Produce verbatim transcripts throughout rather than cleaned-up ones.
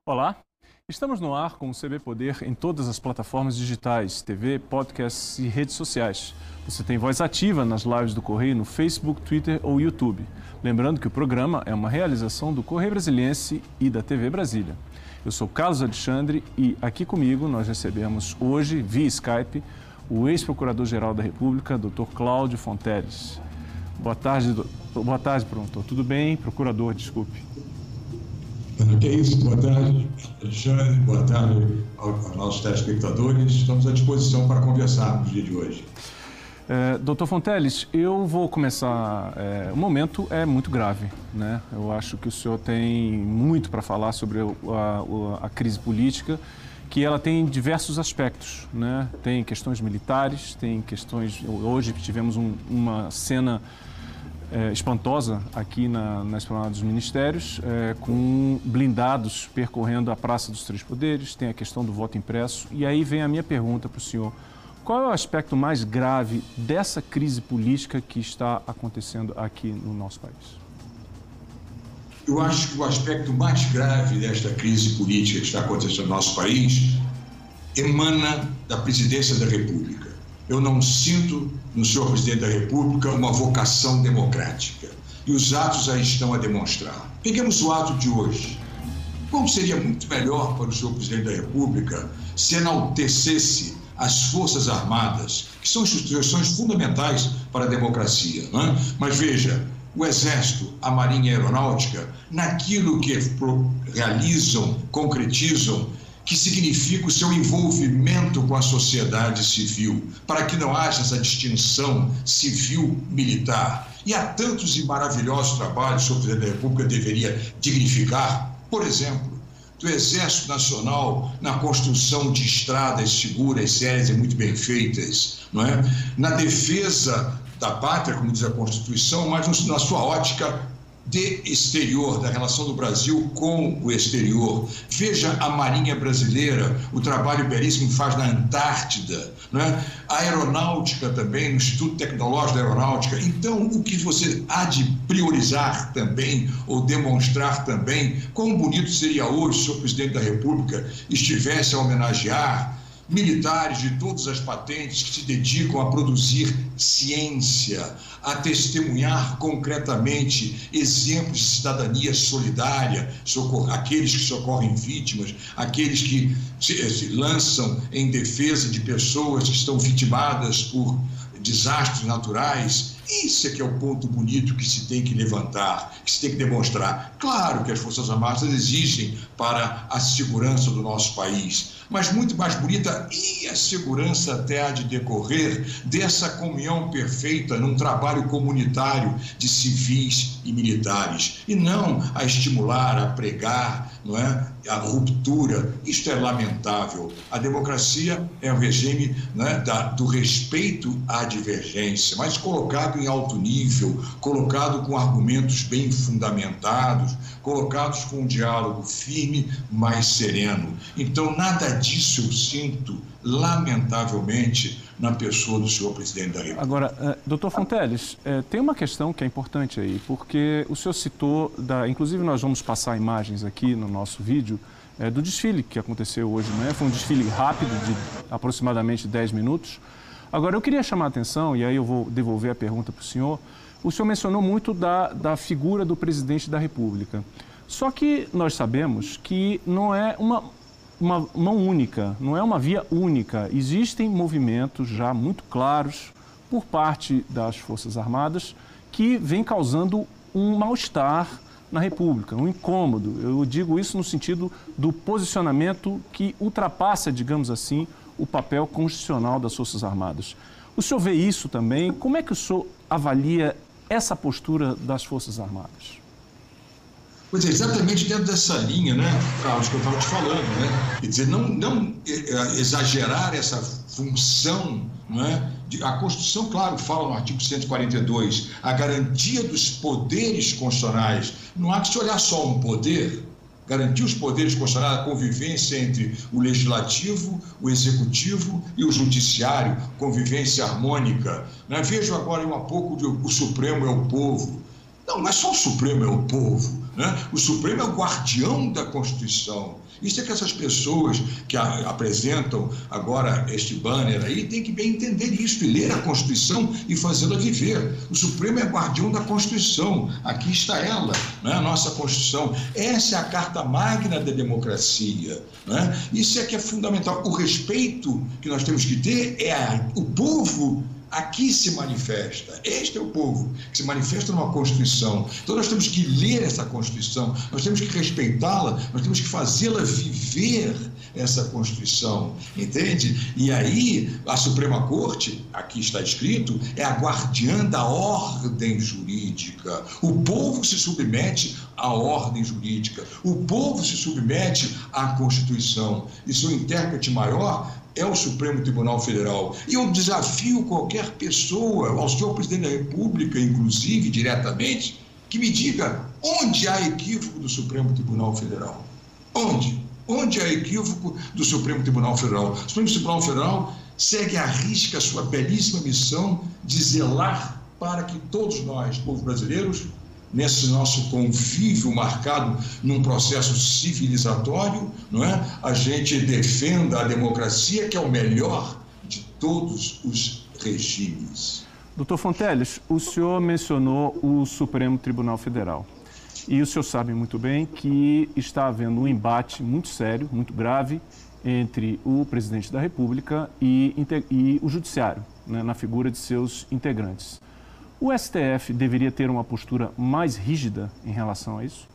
Olá, estamos no ar com o C B Poder em todas as plataformas digitais, T V, podcasts e redes sociais. Você tem voz ativa nas lives do Correio no Facebook, Twitter ou YouTube. Lembrando que o programa é uma realização do Correio Brasiliense e da T V Brasília. Eu sou Carlos Alexandre e aqui comigo nós recebemos hoje, via Skype, o ex-procurador-geral da República, doutor Cláudio Fonteles. Boa tarde, do... Boa tarde, promotor. Tudo bem? Procurador, desculpe. Que é isso, boa tarde, Alexandre, boa tarde aos nossos telespectadores. Estamos à disposição para conversar no dia de hoje. É, doutor Fonteles, eu vou começar. É, o momento é muito grave, né? Eu acho que o senhor tem muito para falar sobre a, a, a crise política, que ela tem diversos aspectos, né? Tem questões militares, tem questões. Hoje tivemos um, uma cena É, espantosa aqui na, na esplanada dos ministérios, é, com blindados percorrendo a Praça dos Três Poderes, tem a questão do voto impresso. E aí vem a minha pergunta para o senhor: qual é o aspecto mais grave dessa crise política que está acontecendo aqui no nosso país? Eu acho que o aspecto mais grave desta crise política que está acontecendo no nosso país emana da presidência da República. Eu não sinto no senhor presidente da República uma vocação democrática. E os atos aí estão a demonstrar. Peguemos o ato de hoje. Como seria muito melhor para o senhor presidente da República se enaltecesse as Forças Armadas, que são instituições fundamentais para a democracia, não é? Mas veja, o Exército, a Marinha e a Aeronáutica, naquilo que realizam, concretizam, que significa o seu envolvimento com a sociedade civil, para que não haja essa distinção civil-militar. E há tantos e maravilhosos trabalhos que o presidente da República deveria dignificar, por exemplo, do Exército Nacional na construção de estradas seguras, sérias e muito bem feitas, não é? Na defesa da pátria, como diz a Constituição, mas na sua ótica de exterior, da relação do Brasil com o exterior. Veja a Marinha Brasileira, o trabalho belíssimo que faz na Antártida, não é? A aeronáutica também, no Instituto Tecnológico da Aeronáutica. Então, o que você há de priorizar também, ou demonstrar também, quão bonito seria hoje se o presidente da República estivesse a homenagear militares de todas as patentes que se dedicam a produzir ciência, a testemunhar concretamente exemplos de cidadania solidária, socorro, aqueles que socorrem vítimas, aqueles que se, se lançam em defesa de pessoas que estão vitimadas por desastres naturais. Isso é que é o ponto bonito que se tem que levantar, que se tem que demonstrar. Claro que as Forças Armadas exigem para a segurança do nosso país, mas muito mais bonita e a segurança até há de decorrer dessa comunhão perfeita num trabalho comunitário de civis e militares, e não a estimular, a pregar, não é? A ruptura. Isto é lamentável. A democracia é um regime, não é? da, do respeito à divergência, mas colocado em alto nível, colocado com argumentos bem fundamentados, colocados com um diálogo firme, mas sereno. Então, nada disso eu sinto, lamentavelmente, na pessoa do senhor presidente da República. Agora, doutor Fonteles, tem uma questão que é importante aí, porque o senhor citou, da, inclusive nós vamos passar imagens aqui no nosso vídeo, é, do desfile que aconteceu hoje de manhã. Foi um desfile rápido, de aproximadamente dez minutos. Agora, eu queria chamar a atenção, e aí eu vou devolver a pergunta para o senhor. O senhor mencionou muito da, da figura do presidente da República. Só que nós sabemos que não é uma, uma mão única, não é uma via única. Existem movimentos já muito claros por parte das Forças Armadas que vem causando um mal-estar na República, um incômodo. Eu digo isso no sentido do posicionamento que ultrapassa, digamos assim, o papel constitucional das Forças Armadas. O senhor vê isso também? Como é que o senhor avalia essa postura das Forças Armadas? Pois é, exatamente dentro dessa linha, né, Carlos, que eu estava te falando, né? Quer dizer, não, não exagerar essa função, não é? A Constituição, claro, fala no artigo cento e quarenta e dois, a garantia dos poderes constitucionais. Não há que se olhar só um poder, garantir os poderes constitucionais, a convivência entre o legislativo, o executivo e o judiciário, convivência harmônica. Né? Vejo agora um pouco de o Supremo é o povo. Não, mas só o Supremo é o povo, né? O Supremo é o guardião da Constituição. Isso é que essas pessoas que a, apresentam agora este banner aí têm que bem entender isso e ler a Constituição e fazê-la viver. O Supremo é guardião da Constituição. Aqui está ela, né? A nossa Constituição. Essa é a carta magna da democracia, né? Isso é que é fundamental. O respeito que nós temos que ter é a, o povo. Aqui se manifesta, este é o povo que se manifesta numa Constituição. Então nós temos que ler essa Constituição, nós temos que respeitá-la, nós temos que fazê-la viver, essa Constituição, entende? E aí a Suprema Corte, aqui está escrito, é a guardiã da ordem jurídica. O povo se submete à ordem jurídica, o povo se submete à Constituição. E seu intérprete maior é o Supremo Tribunal Federal. E eu desafio qualquer pessoa, ao senhor presidente da República, inclusive, diretamente, que me diga onde há equívoco do Supremo Tribunal Federal. Onde? Onde há equívoco do Supremo Tribunal Federal? O Supremo Tribunal Federal segue à risca a sua belíssima missão de zelar para que todos nós, povo brasileiros, nesse nosso convívio marcado num processo civilizatório, não é? A gente defenda a democracia, que é o melhor de todos os regimes. Doutor Fonteles, o senhor mencionou o Supremo Tribunal Federal. E o senhor sabe muito bem que está havendo um embate muito sério, muito grave, entre o presidente da República e, e o Judiciário, né, na figura de seus integrantes. O S T F deveria ter uma postura mais rígida em relação a isso?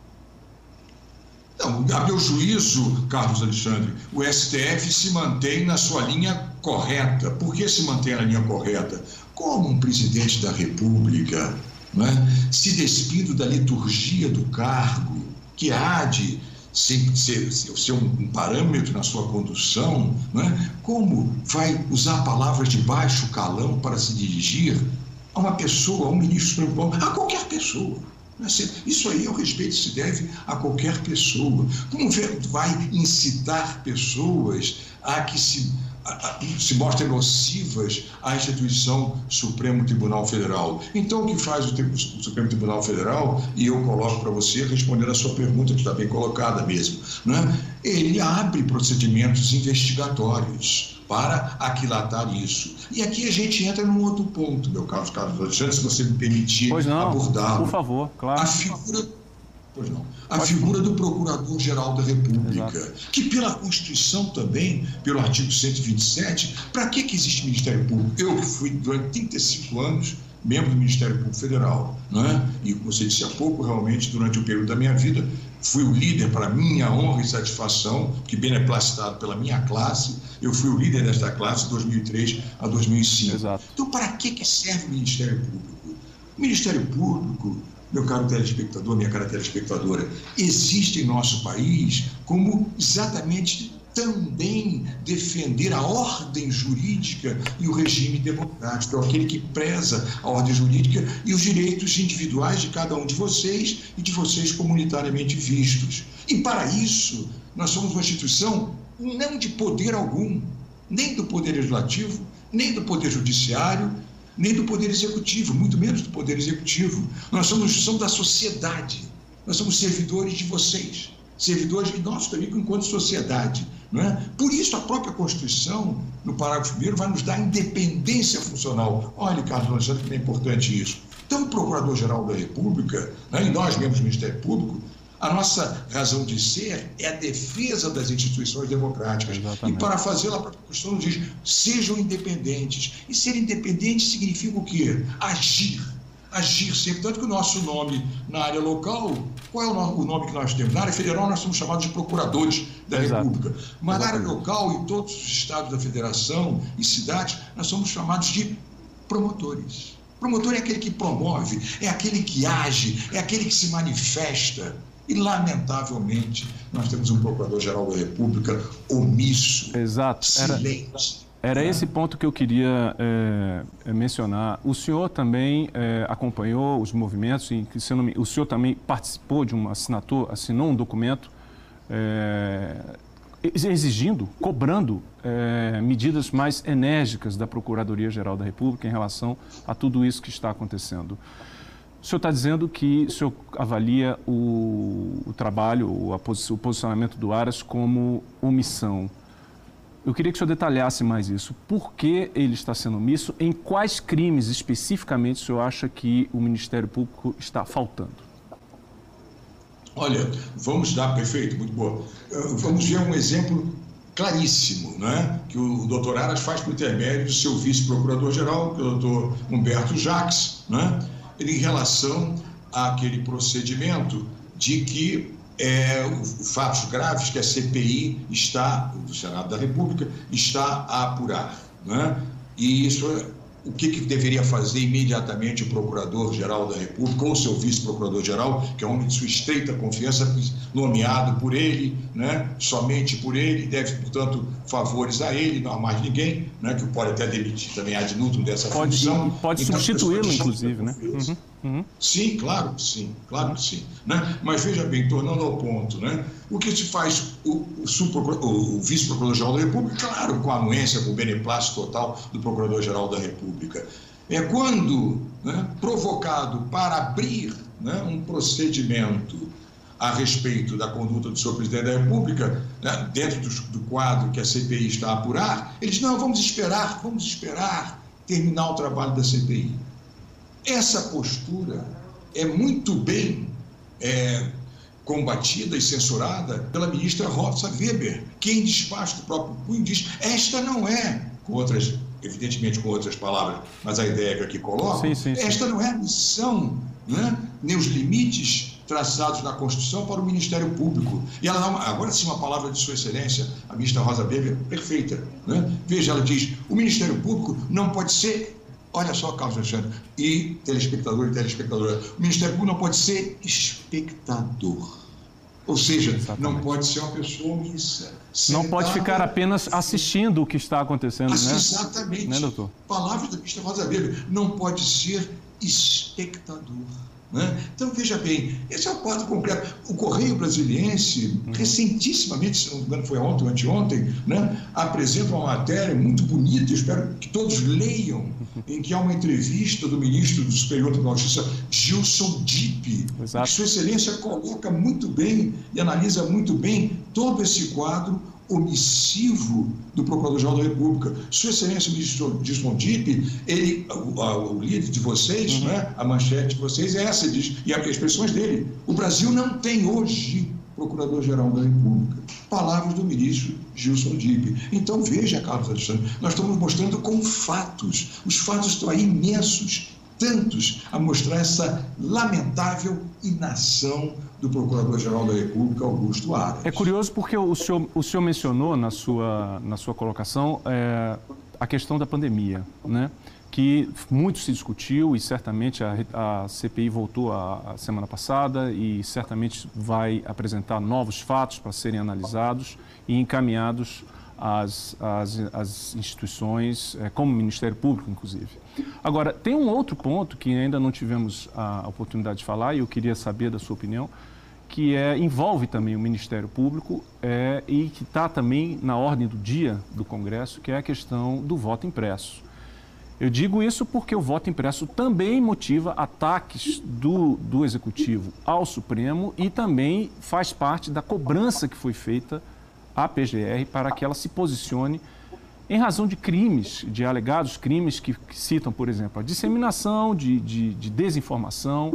Não, a meu juízo, Carlos Alexandre, o S T F se mantém na sua linha correta. Por que se mantém na linha correta? Como um presidente da República, não é, se despindo da liturgia do cargo, que há de ser, ser, ser um parâmetro na sua condução, não é? Como vai usar palavras de baixo calão para se dirigir a uma pessoa, a um ministro supremo, a qualquer pessoa. Isso aí é o respeito que se deve a qualquer pessoa. Como vai incitar pessoas a que se, a, a, se mostrem nocivas à instituição Supremo Tribunal Federal? Então, o que faz o, o Supremo Tribunal Federal, e eu coloco para você responder a sua pergunta, que está bem colocada mesmo, né? Ele abre procedimentos investigatórios para aquilatar isso. E aqui a gente entra num outro ponto, meu caro Carlos Alexandre, se você me permitir abordá-lo. Por favor, claro. A figura, pois não, a figura do Procurador-Geral da República, exato, que pela Constituição também, pelo artigo cento e vinte e sete, para que que existe Ministério Público? Eu que fui durante trinta e cinco anos membro do Ministério Público Federal, né? E como você disse há pouco, realmente, durante o período da minha vida, fui o líder, para minha honra e satisfação, que beneplácito pela minha classe, eu fui o líder desta classe de dois mil e três a dois mil e cinco. Exato. Então, para que que serve o Ministério Público? O Ministério Público, meu caro telespectador, minha cara telespectadora, existe em nosso país como exatamente também defender a ordem jurídica e o regime democrático, é aquele que preza a ordem jurídica e os direitos individuais de cada um de vocês e de vocês comunitariamente vistos. E para isso, nós somos uma instituição não de poder algum, nem do Poder Legislativo, nem do Poder Judiciário, nem do Poder Executivo, muito menos do Poder Executivo. Nós somos uma instituição da sociedade, nós somos servidores de vocês, servidores de nós também enquanto sociedade. Não é? Por isso, a própria Constituição, no parágrafo primeiro, vai nos dar independência funcional. Olha, Carlos Alexandre, que é importante isso. Então, o Procurador-Geral da República, né, e nós, membros do Ministério Público, a nossa razão de ser é a defesa das instituições democráticas. Exatamente. E para fazê-la, a Constituição nos diz, sejam independentes. E ser independente significa o quê? Agir. Agir sempre. Tanto que o nosso nome na área local, qual é o nome que nós temos? Na área federal nós somos chamados de procuradores da Exato. República. Mas na área local, em todos os estados da federação e cidades, nós somos chamados de promotores. Promotor é aquele que promove, é aquele que age, é aquele que se manifesta. E, lamentavelmente, nós temos um Procurador-Geral da República omisso, Exato. silente. Era, era esse ponto que eu queria é, mencionar. O senhor também é, acompanhou os movimentos, e, se não me, o senhor também participou de uma assinatura, assinou um documento é, exigindo, cobrando é, medidas mais enérgicas da Procuradoria-Geral da República em relação a tudo isso que está acontecendo. O senhor está dizendo que o senhor avalia o, o trabalho, o, a, o posicionamento do Aras como omissão. Eu queria que o senhor detalhasse mais isso. Por que ele está sendo omisso? Em quais crimes especificamente o senhor acha que o Ministério Público está faltando? Olha, vamos dar, perfeito, muito boa. Vamos ver um exemplo claríssimo, né, que o doutor Aras faz por intermédio do seu vice-procurador-geral, que é o doutor Humberto Jacques, né, em relação àquele procedimento de que é, fatos graves que a C P I está, do Senado da República, está a apurar, né? E isso é o que, que deveria fazer imediatamente o Procurador-Geral da República, ou o seu Vice-Procurador-Geral, que é um homem de sua estreita confiança, nomeado por ele, né, somente por ele, deve, portanto, favores a ele, não a mais ninguém, né, que pode até demitir também ad nutum dessa pode, função. Pode então, substituí-lo, inclusive, né? Uhum, uhum. Sim, claro que sim, claro que sim. Né? Mas veja bem, tornando ao ponto, né, o que se faz o, o, o Vice-Procurador-Geral da República, claro, com a anuência, com o beneplácito total do Procurador-Geral da República, é quando, né, provocado para abrir, né, um procedimento a respeito da conduta do senhor presidente da República, né, dentro do, do quadro que a C P I está a apurar, eles, não, vamos esperar, vamos esperar terminar o trabalho da C P I. Essa postura é muito bem é, combatida e censurada pela ministra Rosa Weber, que em despacho do próprio punho diz, esta não é, com outras, evidentemente com outras palavras, mas a ideia que aqui coloco, sim, sim, sim. esta não é a missão, né, nem os limites traçados na Constituição para o Ministério Público. E ela dá uma, agora sim uma palavra de Sua Excelência, a ministra Rosa Weber, perfeita, né? Veja, ela diz, o Ministério Público não pode ser, olha só, Carlos Alexandre, e telespectador e telespectadora, o Ministério Público não pode ser espectador. Ou seja, exatamente, não pode ser uma pessoa omissa. Não pode ficar apenas assistindo o que está acontecendo, assim, né? Exatamente. Né, doutor? Palavras da ministra Rosa Weber, não pode ser espectador. Né? Então, veja bem, esse é o quadro concreto. O Correio Brasiliense, uhum, recentissimamente, se não me engano foi ontem ou anteontem, né, apresenta uma matéria muito bonita, espero que todos leiam, em que há uma entrevista do ministro do Superior Tribunal de Justiça, Gilson Dipp, que Sua Excelência coloca muito bem e analisa muito bem todo esse quadro omissivo do Procurador-Geral da República. Sua Excelência, o ministro Gilson Dipp, ele, o, o líder de vocês, uhum, né, a manchete de vocês é essa, diz, e as expressões dele, o Brasil não tem hoje Procurador-Geral da República. Palavras do ministro Gilson Dipp. Então, veja, Carlos Alexandre, nós estamos mostrando com fatos. Os fatos estão aí imensos, tantos, a mostrar essa lamentável inação do Procurador-Geral da República, Augusto Aras. É curioso porque o senhor, o senhor mencionou na sua, na sua colocação é, a questão da pandemia, né? Que muito se discutiu e certamente a, a C P I voltou a, a semana passada e certamente vai apresentar novos fatos para serem analisados e encaminhados às, às, às instituições, é, como o Ministério Público, inclusive. Agora, tem um outro ponto que ainda não tivemos a oportunidade de falar e eu queria saber da sua opinião, que é, envolve também o Ministério Público é, e que está também na ordem do dia do Congresso, que é a questão do voto impresso. Eu digo isso porque o voto impresso também motiva ataques do, do Executivo ao Supremo e também faz parte da cobrança que foi feita à P G R para que ela se posicione em razão de crimes, de alegados crimes que, que citam, por exemplo, a disseminação de, de, de desinformação,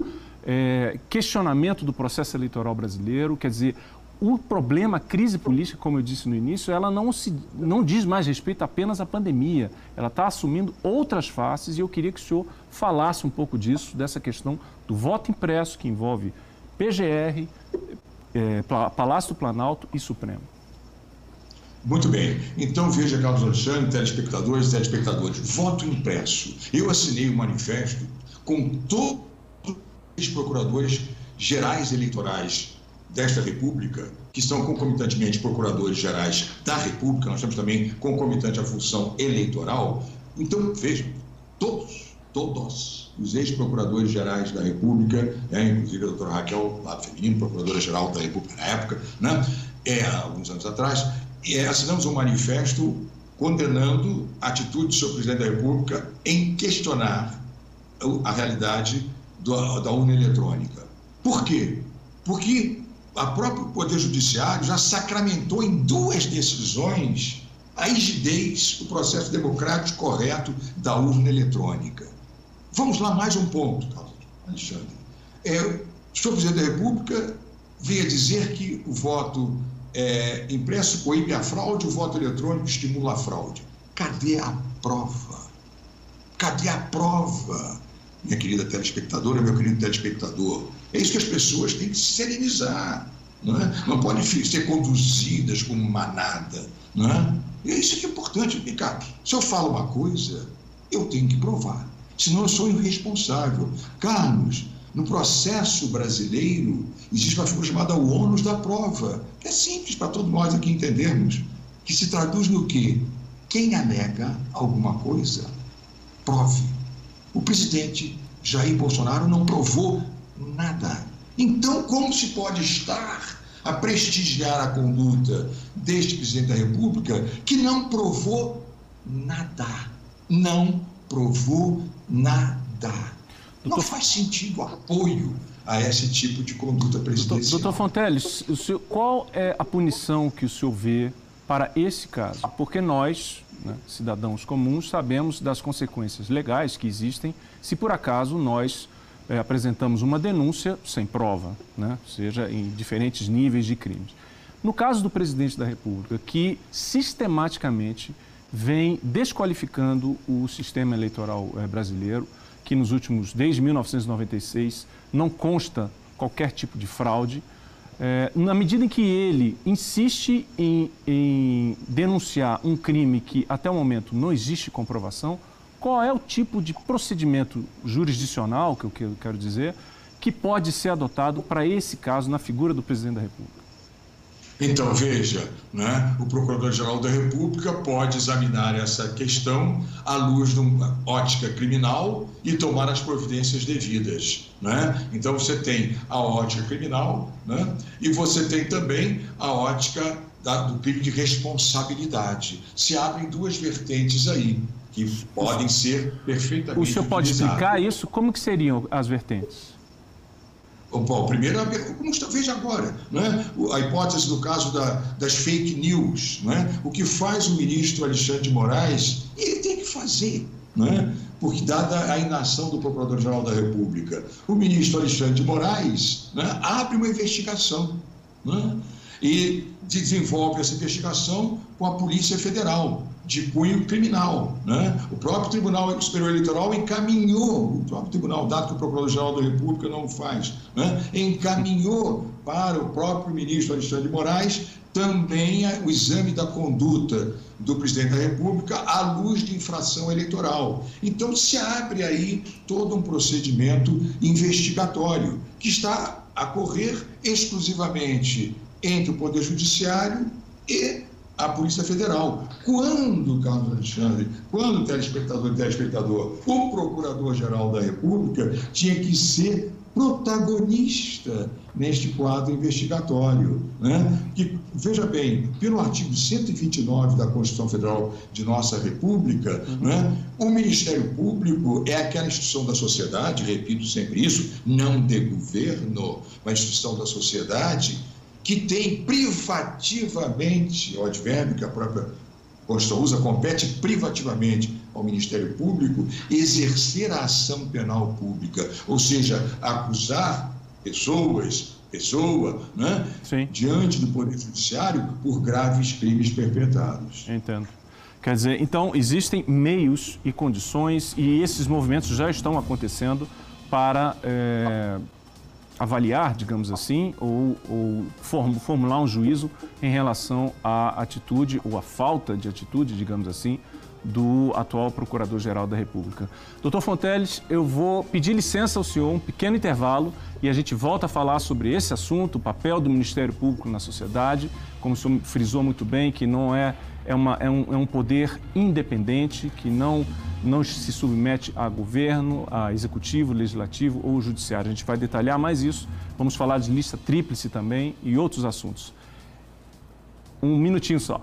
é, questionamento do processo eleitoral brasileiro, quer dizer, o problema, a crise política, como eu disse no início, ela não, se, não diz mais respeito apenas à pandemia, ela está assumindo outras faces e eu queria que o senhor falasse um pouco disso, dessa questão do voto impresso que envolve P G R, é, Palácio do Planalto e Supremo. Muito bem. Então, veja, Carlos Alexandre, telespectadores e telespectadores, voto impresso. Eu assinei o manifesto com todos os procuradores gerais eleitorais desta República, que são concomitantemente procuradores gerais da República, nós temos também concomitante à função eleitoral. Então, vejam, todos, todos os ex-procuradores gerais da República, é, inclusive a doutora Raquel, lado feminino, procuradora-geral da República na época, né, é, há alguns anos atrás, e assinamos um manifesto condenando a atitude do senhor presidente da República em questionar a realidade do, da urna eletrônica. Por quê? Porque o próprio Poder Judiciário já sacramentou em duas decisões a rigidez do processo democrático correto da urna eletrônica. Vamos lá, mais um ponto, Carlos Alexandre. É, o senhor Presidente da República veio dizer que o voto é, impresso coíbe a fraude, o voto eletrônico estimula a fraude. Cadê a prova? Cadê a prova? Minha querida telespectadora, meu querido telespectador, é isso que as pessoas têm que se serenizar. Não é? Não podem ser conduzidas como manada. Não é? E é isso que é importante. Vem cá, se eu falo uma coisa, eu tenho que provar. Senão eu sou irresponsável. Carlos, no processo brasileiro, existe uma figura chamada o ônus da prova, que é simples para todos nós aqui entendermos, que se traduz no quê? Quem alega alguma coisa, prove. O presidente Jair Bolsonaro não provou nada. Então, como se pode estar a prestigiar a conduta deste presidente da República que não provou nada? Não provou nada. Não faz sentido apoio a esse tipo de conduta presidencial. Doutor Fonteles, o senhor, qual é a punição que o senhor vê para esse caso? Porque nós, né, cidadãos comuns, sabemos das consequências legais que existem se por acaso nós é, apresentamos uma denúncia sem prova, né, seja em diferentes níveis de crimes. No caso do presidente da República, que sistematicamente vem desqualificando o sistema eleitoral é, brasileiro, que nos últimos, desde mil novecentos e noventa e seis, não consta qualquer tipo de fraude, é, na medida em que ele insiste em, em denunciar um crime que até o momento não existe comprovação, qual é o tipo de procedimento jurisdicional, que eu quero dizer, que pode ser adotado para esse caso na figura do presidente da República? Então, veja, né, o Procurador-Geral da República pode examinar essa questão à luz de uma ótica criminal e tomar as providências devidas. Né? Então, você tem a ótica criminal, né, e você tem também a ótica da, do crime de responsabilidade. Se abrem duas vertentes aí, que podem ser perfeitamente utilizadas. O senhor pode explicar isso? Como que seriam as vertentes? Bom, primeiro, como está, veja agora, né? A hipótese do caso da, das fake news, né? O que faz o ministro Alexandre de Moraes, ele tem que fazer, né? Porque dada a inação do Procurador-Geral da República, o ministro Alexandre de Moraes, né, abre uma investigação, né? E desenvolve essa investigação com a Polícia Federal, de cunho criminal. Né? O próprio Tribunal Superior Eleitoral encaminhou, o próprio Tribunal, dado que o Procurador-Geral da República não o faz, né? encaminhou para o próprio ministro Alexandre de Moraes também o exame da conduta do presidente da República à luz de infração eleitoral. Então, se abre aí todo um procedimento investigatório que está a correr exclusivamente entre o Poder Judiciário e a Polícia Federal. Quando, Carlos Alexandre, quando o telespectador e telespectador, o Procurador-Geral da República tinha que ser protagonista neste quadro investigatório. Né? Que, veja bem, pelo artigo cento e vinte e nove da Constituição Federal de nossa República, uhum. né? O Ministério Público é aquela instituição da sociedade, repito sempre isso, não de governo, mas instituição da sociedade, que tem privativamente, o advérbio que a própria Constituição usa, compete privativamente ao Ministério Público exercer a ação penal pública, ou seja, acusar pessoas, pessoa, né, diante do Poder Judiciário por graves crimes perpetrados. Entendo. Quer dizer, então, existem meios e condições, e esses movimentos já estão acontecendo para... É... avaliar, digamos assim, ou, ou formular um juízo em relação à atitude ou à falta de atitude, digamos assim, do atual Procurador-Geral da República. Doutor Fonteles, eu vou pedir licença ao senhor, um pequeno intervalo, e a gente volta a falar sobre esse assunto, o papel do Ministério Público na sociedade, como o senhor frisou muito bem, que não é, é, uma, é, um, é um poder independente, que não... não se submete a governo, a executivo, legislativo ou judiciário. A gente vai detalhar mais isso. Vamos falar de lista tríplice também e outros assuntos. Um minutinho só.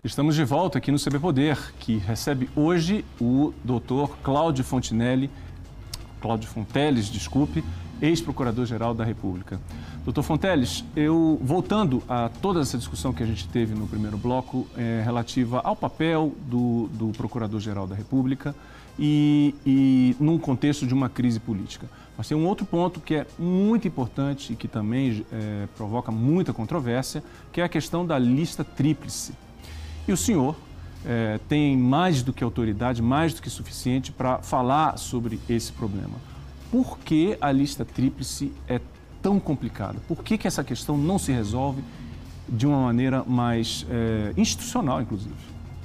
Estamos de volta aqui no C B Poder, que recebe hoje o doutor Cláudio Fontinelli, Cláudio Fonteles, desculpe, ex-procurador-geral da República. doutor Fonteles, eu, voltando a toda essa discussão que a gente teve no primeiro bloco, é, relativa ao papel do, do procurador-geral da República e, e num contexto de uma crise política. Mas tem um outro ponto que é muito importante e que também é, provoca muita controvérsia, que é a questão da lista tríplice. E o senhor é, tem mais do que autoridade, mais do que suficiente para falar sobre esse problema. Por que a lista tríplice é tão complicada? Por que que essa questão não se resolve de uma maneira mais é, institucional, inclusive?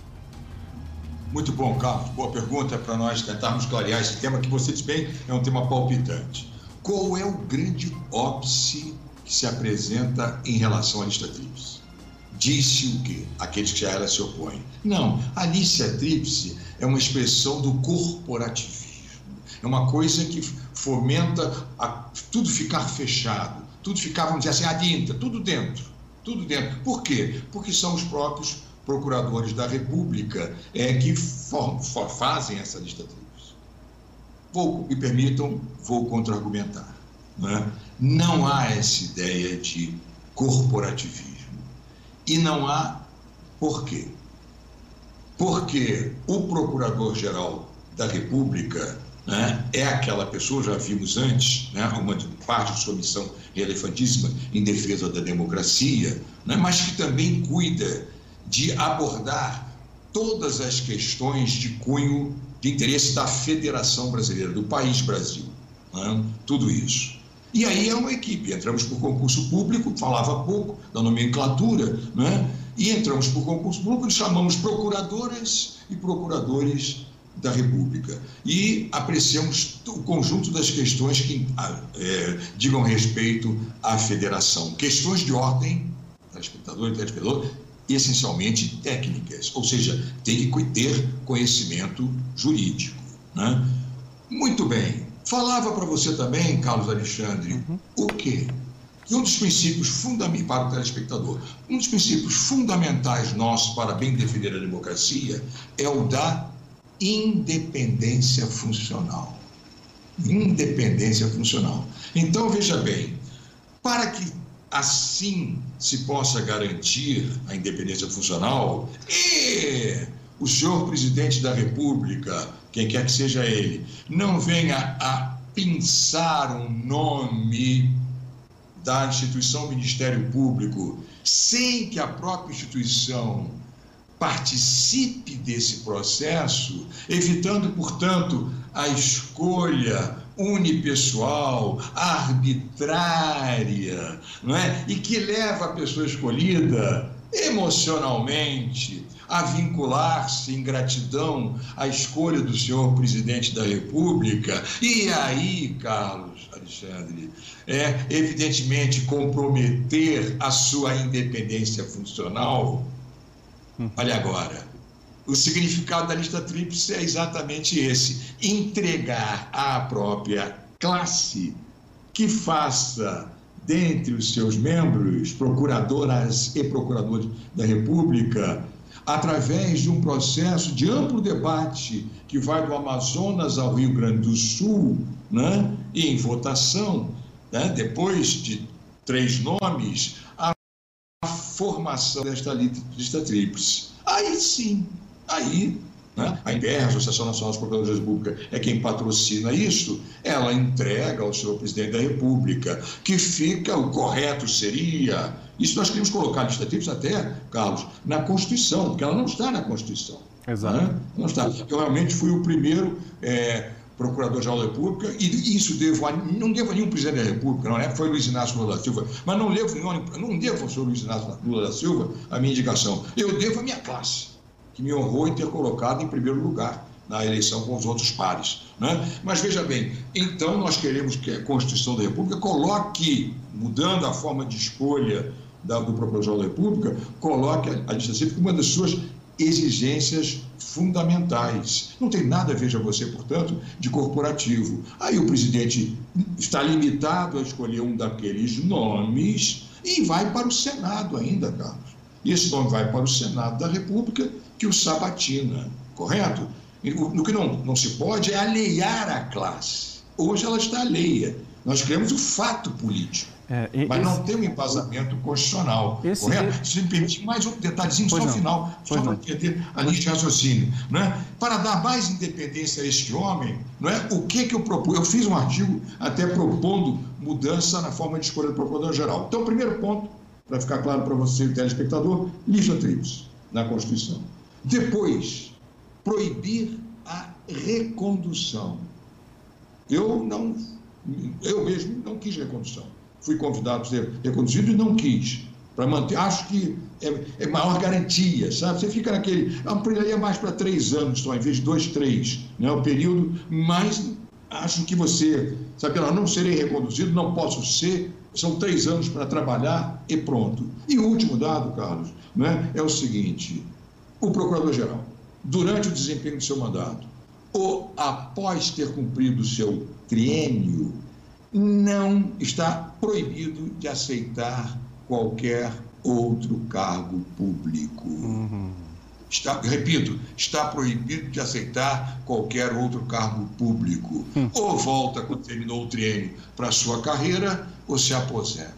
Muito bom, Carlos. Boa pergunta para nós tentarmos clarear esse tema que você diz bem, é um tema palpitante. Qual é o grande óbice que se apresenta em relação à lista tríplice? Disse o quê? Aqueles que a ela se opõem. Não, a lista tríplice é uma expressão do corporativismo. É uma coisa que fomenta a, tudo ficar fechado, tudo ficar, vamos dizer assim, adintra, tudo dentro, tudo dentro. Por quê? Porque são os próprios procuradores da República é, que for, for, fazem essa lista tríplice. Vou, me permitam, vou contra-argumentar. Né? Não há essa ideia de corporativismo. E não há por quê? Porque o Procurador-Geral da República, né, é aquela pessoa, já vimos antes, né, uma parte de sua missão relevantíssima em defesa da democracia, né, mas que também cuida de abordar todas as questões de cunho de interesse da Federação Brasileira, do país Brasil, né, tudo isso. E aí é uma equipe, entramos por concurso público, falava pouco da nomenclatura, né? E entramos por concurso público e chamamos procuradoras e procuradores da República. E apreciamos o conjunto das questões que é, digam respeito à federação. Questões de ordem, telespectador e telespectador, essencialmente técnicas, ou seja, tem que ter conhecimento jurídico, né? Muito bem. Falava para você também, Carlos Alexandre, uhum. o quê? Que um dos princípios fundamentais, para o telespectador, um dos princípios fundamentais nossos para bem defender a democracia é o da independência funcional. Independência funcional. Então, veja bem, para que assim se possa garantir a independência funcional, e o senhor presidente da República, quem quer que seja ele, não venha a pensar um nome da instituição Ministério Público sem que a própria instituição participe desse processo, evitando, portanto, a escolha unipessoal, arbitrária, não é? E que leva a pessoa escolhida emocionalmente a vincular-se em gratidão à escolha do senhor presidente da República, e aí, Carlos Alexandre, é evidentemente comprometer a sua independência funcional. Hum. Olha agora, o significado da lista tríplice é exatamente esse: entregar à própria classe que faça dentre os seus membros, procuradoras e procuradores da República, através de um processo de amplo debate que vai do Amazonas ao Rio Grande do Sul, né? E em votação, né? Depois de três nomes, a formação desta lista tríplice. Aí sim, aí, né? A I P R, a Associação Nacional dos Procuradores da República, é quem patrocina isso, ela entrega ao senhor presidente da República, que fica, o correto seria... Isso nós queríamos colocar a lista tríplice até, Carlos, na Constituição, porque ela não está na Constituição. Exato. Né? Não está. Eu realmente fui o primeiro é, Procurador-Geral da República, e isso devo a, não devo a nenhum presidente da República, não é? Foi Luiz Inácio Lula da Silva, mas não devo, não, não devo ao senhor Luiz Inácio Lula da Silva a minha indicação. Eu devo à minha classe, que me honrou em ter colocado em primeiro lugar na eleição com os outros pares, né? Mas veja bem, então nós queremos que a Constituição da República coloque, mudando a forma de escolha da, do Procurador-Geral da República, coloque a, a lista tríplice como uma das suas exigências fundamentais. Não tem nada, veja você, portanto, de corporativo. Aí o presidente está limitado a escolher um daqueles nomes e vai para o Senado ainda, Carlos. E esse nome vai para o Senado da República, que o sabatina, correto? No que não, não se pode é alheiar a classe. Hoje ela está alheia. Nós criamos o fato político, é, e, mas esse... não tem um embasamento constitucional, esse... correto? Se me permite mais um detalhezinho só no final, só para entender a linha de raciocínio. Não é? Para dar mais independência a este homem, não é? O que, que eu propus? Eu fiz um artigo até propondo mudança na forma de escolha do procurador-geral. Então, o primeiro ponto, para ficar claro para você, o telespectador, lista tríplice na Constituição. Depois, proibir a recondução. Eu não, eu mesmo não quis recondução. Fui convidado a ser reconduzido e não quis, para manter. Acho que é, é maior garantia, sabe? Você fica naquele. Ampliaria mais para três anos só, em vez de dois, três, né? O período, mas acho que você, sabe, eu não serei reconduzido, não posso ser. São três anos para trabalhar e pronto. E o último dado, Carlos, né, é o seguinte: o procurador-geral, durante o desempenho do seu mandato, ou após ter cumprido o seu triênio, não está proibido de aceitar qualquer outro cargo público. Uhum. Está, repito, está proibido de aceitar qualquer outro cargo público. Uhum. Ou volta, quando terminou o triênio, para a sua carreira, ou se aposenta.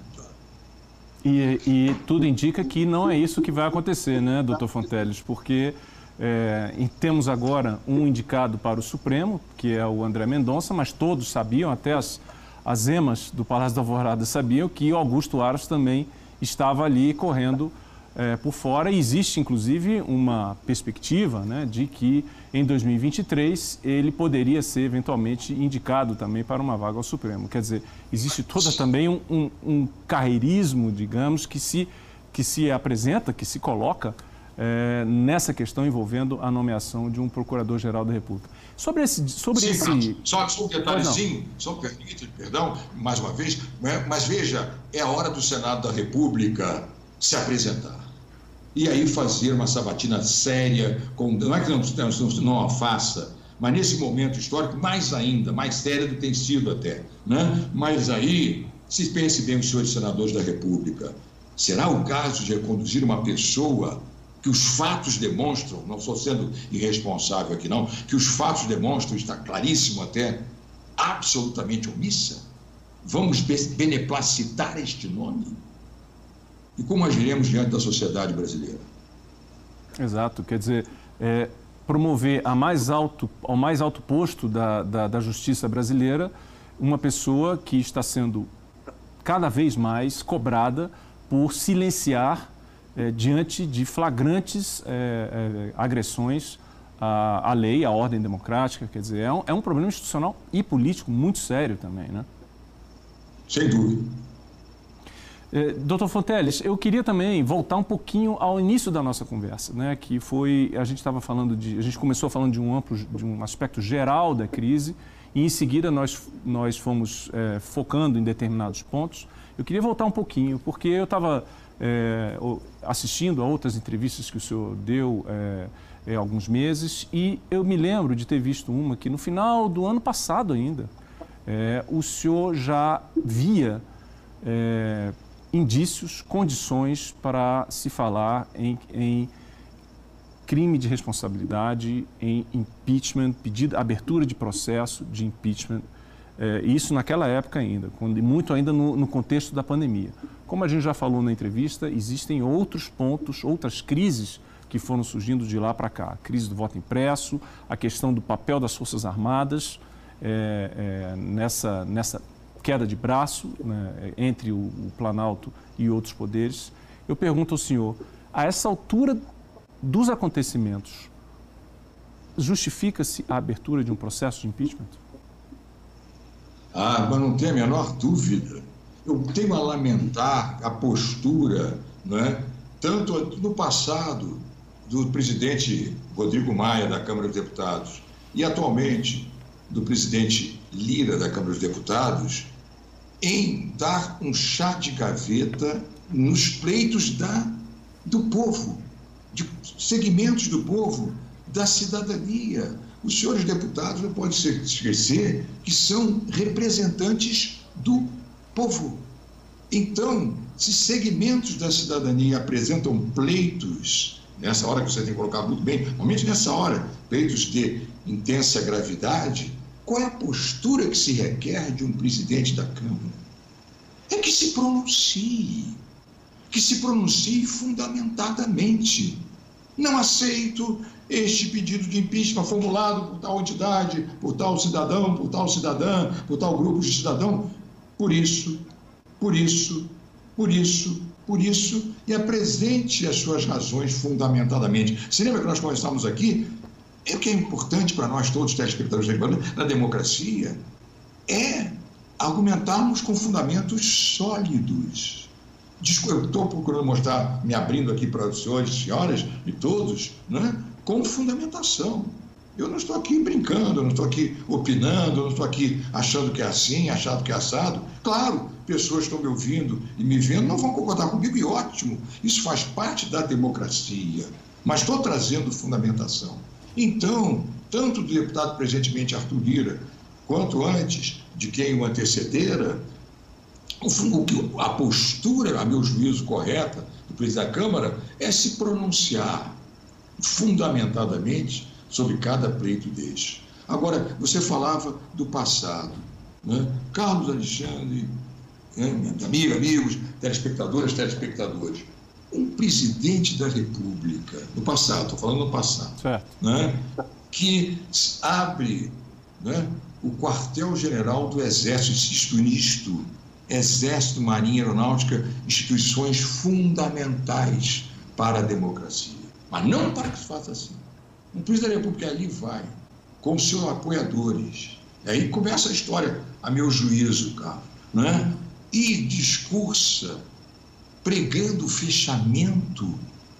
E, e tudo indica que não é isso que vai acontecer, né, doutor Fonteles? Porque é, temos agora um indicado para o Supremo, que é o André Mendonça, mas todos sabiam, até as, as emas do Palácio da Alvorada sabiam que o Augusto Aras também estava ali correndo é, por fora. E existe, inclusive, uma perspectiva, né, de que em dois mil e vinte e três ele poderia ser eventualmente indicado também para uma vaga ao Supremo. Quer dizer, existe toda também um, um, um carreirismo, digamos, que se, que se apresenta, que se coloca é, nessa questão envolvendo a nomeação de um Procurador-Geral da República. Sobre esse... Sobre Sim, esse... Só, só um detalhezinho, só permite, perdão, mais uma vez, mas veja, é a hora do Senado da República se apresentar. E aí fazer uma sabatina séria, com, não é que não, não, não a faça, mas nesse momento histórico, mais ainda, mais séria do que tem sido até. Né? Mas aí, se pense bem os senhores senadores da República, será o caso de reconduzir uma pessoa que os fatos demonstram, não estou sendo irresponsável aqui não, que os fatos demonstram, está claríssimo até, absolutamente omissa? Vamos beneplacitar este nome? E como agiremos diante da sociedade brasileira? Exato, quer dizer, é, promover a mais alto, ao mais alto posto da, da, da justiça brasileira uma pessoa que está sendo cada vez mais cobrada por silenciar é, diante de flagrantes é, é, agressões à, à lei, à ordem democrática. Quer dizer, é um, é um problema institucional e político muito sério também, né? Sem dúvida. É, doutor Fonteles, eu queria também voltar um pouquinho ao início da nossa conversa, né? Que foi, a gente estava falando de, a gente começou falando de um amplo, de um aspecto geral da crise e em seguida nós, nós fomos é, focando em determinados pontos. Eu queria voltar um pouquinho, porque eu estava é, assistindo a outras entrevistas que o senhor deu é, há alguns meses e eu me lembro de ter visto uma que no final do ano passado ainda, é, o senhor já via é, indícios, condições para se falar em, em crime de responsabilidade, em impeachment, pedido, abertura de processo de impeachment, é, isso naquela época ainda, quando, muito ainda no, no contexto da pandemia. Como a gente já falou na entrevista, existem outros pontos, outras crises que foram surgindo de lá para cá. A crise do voto impresso, a questão do papel das Forças Armadas é, é, nessa... nessa queda de braço, né, entre o, o Planalto e outros poderes. Eu pergunto ao senhor, a essa altura dos acontecimentos, justifica-se a abertura de um processo de impeachment? Ah, mas não tem a menor dúvida. Eu tenho a lamentar a postura, né, tanto no passado do presidente Rodrigo Maia, da Câmara dos Deputados, e atualmente do presidente Lira, da Câmara dos Deputados, em dar um chá de gaveta nos pleitos da, do povo, de segmentos do povo, da cidadania. Os senhores deputados não podem se esquecer que são representantes do povo. Então, se segmentos da cidadania apresentam pleitos, nessa hora que você tem colocado muito bem, normalmente nessa hora, pleitos de intensa gravidade, qual é a postura que se requer de um presidente da Câmara? É que se pronuncie, que se pronuncie fundamentadamente. Não aceito este pedido de impeachment formulado por tal entidade, por tal cidadão, por tal cidadã, por tal grupo de cidadão. Por isso, por isso, por isso, por isso, e apresente as suas razões fundamentadamente. Você lembra que nós conversamos aqui? É o que é importante para nós todos, telespectadores da democracia, é argumentarmos com fundamentos sólidos. Eu estou procurando mostrar, me abrindo aqui para os senhores, senhoras e todos, né, com fundamentação. Eu não estou aqui brincando, eu não estou aqui opinando, eu não estou aqui achando que é assim, achando que é assado. Claro, pessoas estão me ouvindo e me vendo, não vão concordar comigo, e ótimo, isso faz parte da democracia, mas estou trazendo fundamentação. Então, tanto do deputado presentemente Arthur Lira, quanto antes de quem o antecedera, a postura, a meu juízo, correta do presidente da Câmara é se pronunciar fundamentadamente sobre cada pleito deste. Agora, você falava do passado, né? Carlos Alexandre, né? Minha amiga, amigos, telespectadoras, telespectadores, um presidente da República, no passado, estou falando no passado, né? Que abre, né, o quartel-general do Exército, insisto nisto, Exército, Marinha, Aeronáutica, instituições fundamentais para a democracia. Mas não para que se faça assim. Um presidente da República ali vai, com seus apoiadores. E aí começa a história, a meu juízo, Carlos, né? E discursa pregando o fechamento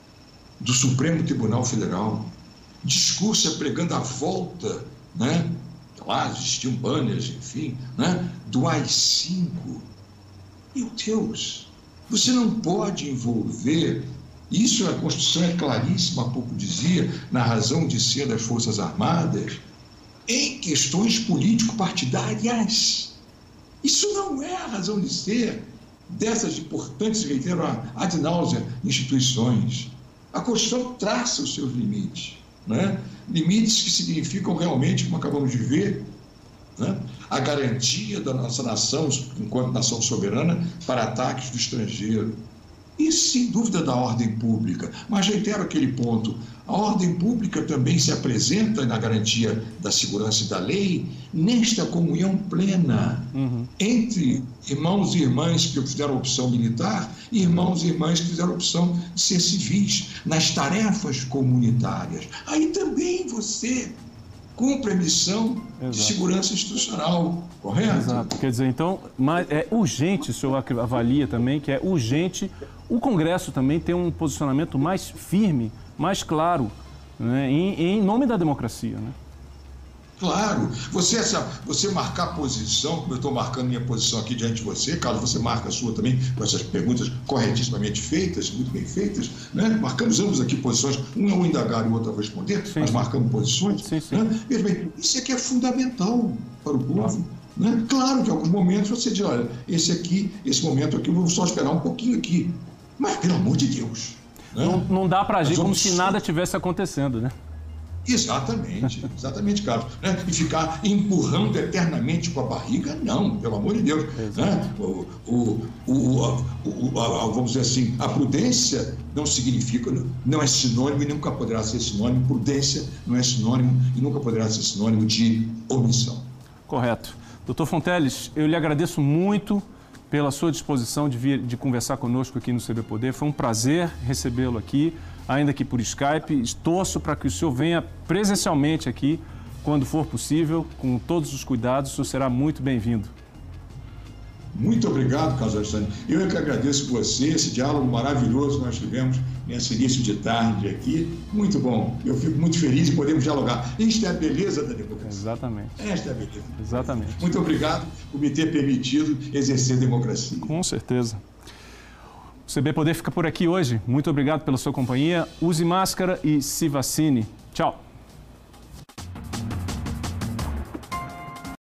do Supremo Tribunal Federal, discursa pregando a volta, né? Lá existiam banners, enfim, né? Do A I cinco. Meu Deus, você não pode envolver, isso a Constituição é claríssima, há pouco dizia, na razão de ser das Forças Armadas, em questões político-partidárias. Isso não é a razão de ser dessas importantes, reitero, ad náusea, instituições. A Constituição traça os seus limites, né? Limites que significam realmente, como acabamos de ver, né, a garantia da nossa nação, enquanto nação soberana, para ataques do estrangeiro. Isso, sem dúvida, da ordem pública. Mas reitero aquele ponto, a ordem pública também se apresenta na garantia da segurança e da lei nesta comunhão plena, uhum, entre irmãos e irmãs que fizeram opção militar e irmãos e irmãs que fizeram opção de ser civis, nas tarefas comunitárias. Aí também você cumpre a missão, exato, de segurança institucional, correto? Exato. Quer dizer, então, mas é urgente, o senhor avalia também que é urgente o Congresso também ter um posicionamento mais firme, mais claro, né, em, em nome da democracia, né? Claro, você, essa, você marcar posição, como eu estou marcando minha posição aqui diante de você, Carlos, você marca a sua também com essas perguntas corretíssimamente feitas, muito bem feitas, né? Marcamos ambos aqui posições, um é o indagar e o outro a responder, sim, mas marcamos posições. Sim, sim. Né? Veja bem, isso aqui é fundamental para o povo. Né? Claro que em alguns momentos você diz, olha, esse aqui, esse momento aqui, eu vou só esperar um pouquinho aqui, mas pelo amor de Deus. Né? Não, não dá para agir como se nada tivesse acontecendo, né? Exatamente, exatamente, Carlos. Né? E ficar empurrando eternamente com a barriga, não, pelo amor de Deus. Né? O, o, o, a, o, a, vamos dizer assim, a prudência não significa, não é sinônimo e nunca poderá ser sinônimo, prudência não é sinônimo e nunca poderá ser sinônimo de omissão. Correto. Doutor Fonteles, eu lhe agradeço muito pela sua disposição de vir, de conversar conosco aqui no C B Poder. Foi um prazer recebê-lo aqui, ainda que por Skype. Torço para que o senhor venha presencialmente aqui, quando for possível, com todos os cuidados. O senhor será muito bem-vindo. Muito obrigado, Carlos Alexandre. Eu é que agradeço você, esse diálogo maravilhoso que nós tivemos nesse início de tarde aqui. Muito bom. Eu fico muito feliz de podermos dialogar. Esta é a beleza da democracia. Exatamente. Esta é a beleza. Exatamente. Muito obrigado por me ter permitido exercer a democracia. Com certeza. O C B Poder fica por aqui hoje. Muito obrigado pela sua companhia. Use máscara e se vacine. Tchau.